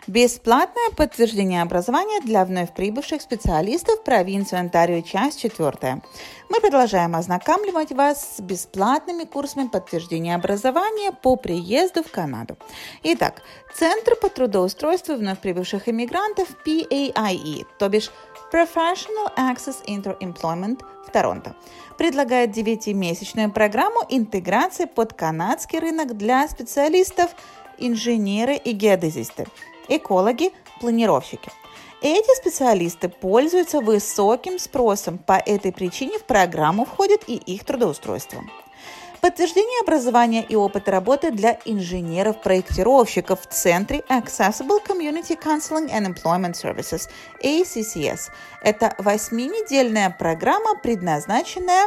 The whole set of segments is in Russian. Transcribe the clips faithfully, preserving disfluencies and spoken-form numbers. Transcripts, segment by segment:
Бесплатное подтверждение образования для вновь прибывших специалистов провинции Онтарио, часть четвертая. Мы продолжаем ознакомливать вас с бесплатными курсами подтверждения образования по приезду в Канаду. Итак, Центр по трудоустройству вновь прибывших иммигрантов пи эй ай и, то бишь Professional Access into Employment в Торонто, предлагает девятимесячную программу интеграции под канадский рынок для специалистов, инженеры и геодезисты, экологи, планировщики. Эти специалисты пользуются высоким спросом, по этой причине в программу входит и их трудоустройство. Подтверждение образования и опыта работы для инженеров-проектировщиков в Центре Accessible Community Counseling and Employment Services, эй си си эс. Это восьминедельная программа, предназначенная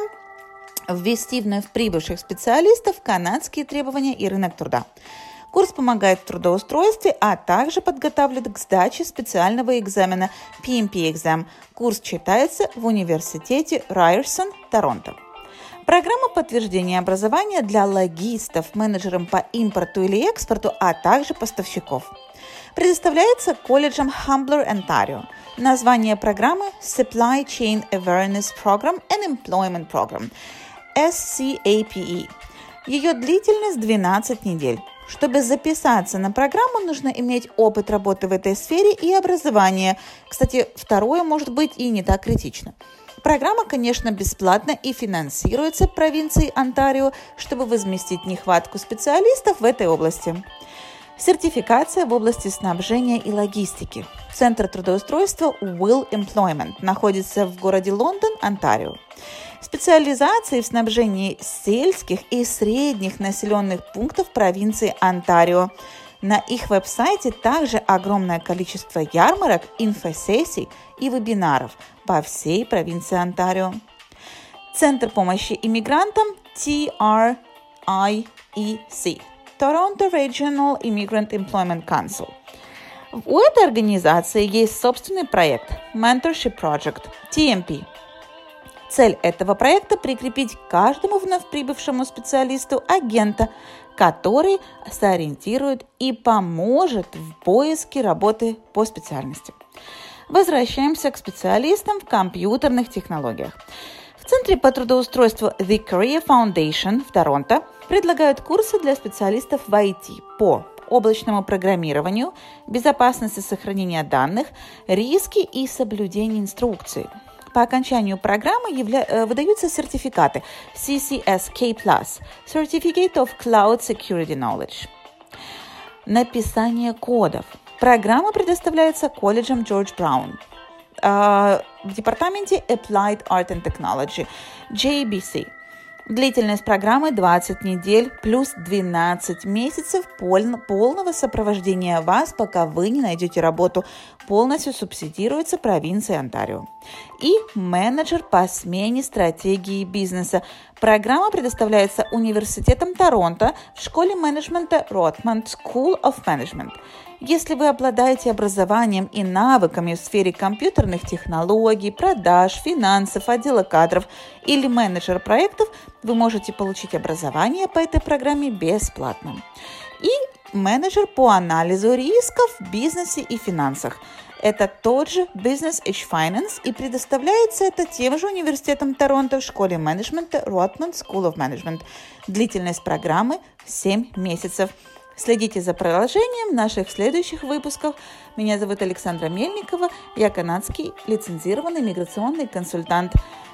ввести вновь прибывших специалистов в канадские требования и рынок труда. Курс помогает в трудоустройстве, а также подготавливает к сдаче специального экзамена пи эм пи Exam. Курс читается в университете Ryerson, Торонто. Программа подтверждения образования для логистов, менеджерам по импорту или экспорту, а также поставщиков. Предоставляется колледжем Humber, Ontario. Название программы Supply Chain Awareness Program and Employment Program, эс си эй пи и. Ее длительность двенадцать недель. Чтобы записаться на программу, нужно иметь опыт работы в этой сфере и образование. Кстати, второе может быть и не так критично. Программа, конечно, бесплатна и финансируется провинцией Онтарио, чтобы возместить нехватку специалистов в этой области. Сертификация в области снабжения и логистики. Центр трудоустройства Will Employment находится в городе Лондон, Онтарио. Специализации в снабжении сельских и средних населенных пунктов провинции Онтарио. На их веб-сайте также огромное количество ярмарок, инфосессий и вебинаров по всей провинции Онтарио. Центр помощи иммигрантам ти ар ай и си – Toronto Regional Immigrant Employment Council. У этой организации есть собственный проект Mentorship Project – ти эм пи. Цель этого проекта – прикрепить к каждому вновь прибывшему специалисту агента, который сориентирует и поможет в поиске работы по специальности. Возвращаемся к специалистам в компьютерных технологиях. В Центре по трудоустройству The Career Foundation в Торонто предлагают курсы для специалистов в ай ти по облачному программированию, безопасности сохранения данных, риски и соблюдение инструкций. По окончанию программы явля... выдаются сертификаты си си эс кей плюс, Certificate of Cloud Security Knowledge. Написание кодов. Программа предоставляется колледжем Джордж Браун э, в департаменте Applied Art and Technology, джей би си. Длительность программы двадцать недель плюс двенадцать месяцев полного сопровождения вас, пока вы не найдете работу, полностью субсидируется провинцией Онтарио. И менеджер по смене стратегии бизнеса. Программа предоставляется Университетом Торонто в школе менеджмента Rotman School of Management. Если вы обладаете образованием и навыками в сфере компьютерных технологий, продаж, финансов, отдела кадров или менеджер проектов, вы можете получить образование по этой программе бесплатно. И менеджер по анализу рисков в бизнесе и финансах. Это тот же Business Edge Finance, и предоставляется это тем же университетом Торонто в школе менеджмента Rotman School of Management. Длительность программы семь месяцев. Следите за продолжением наших следующих выпусков. Меня зовут Александра Мельникова, я канадский лицензированный миграционный консультант.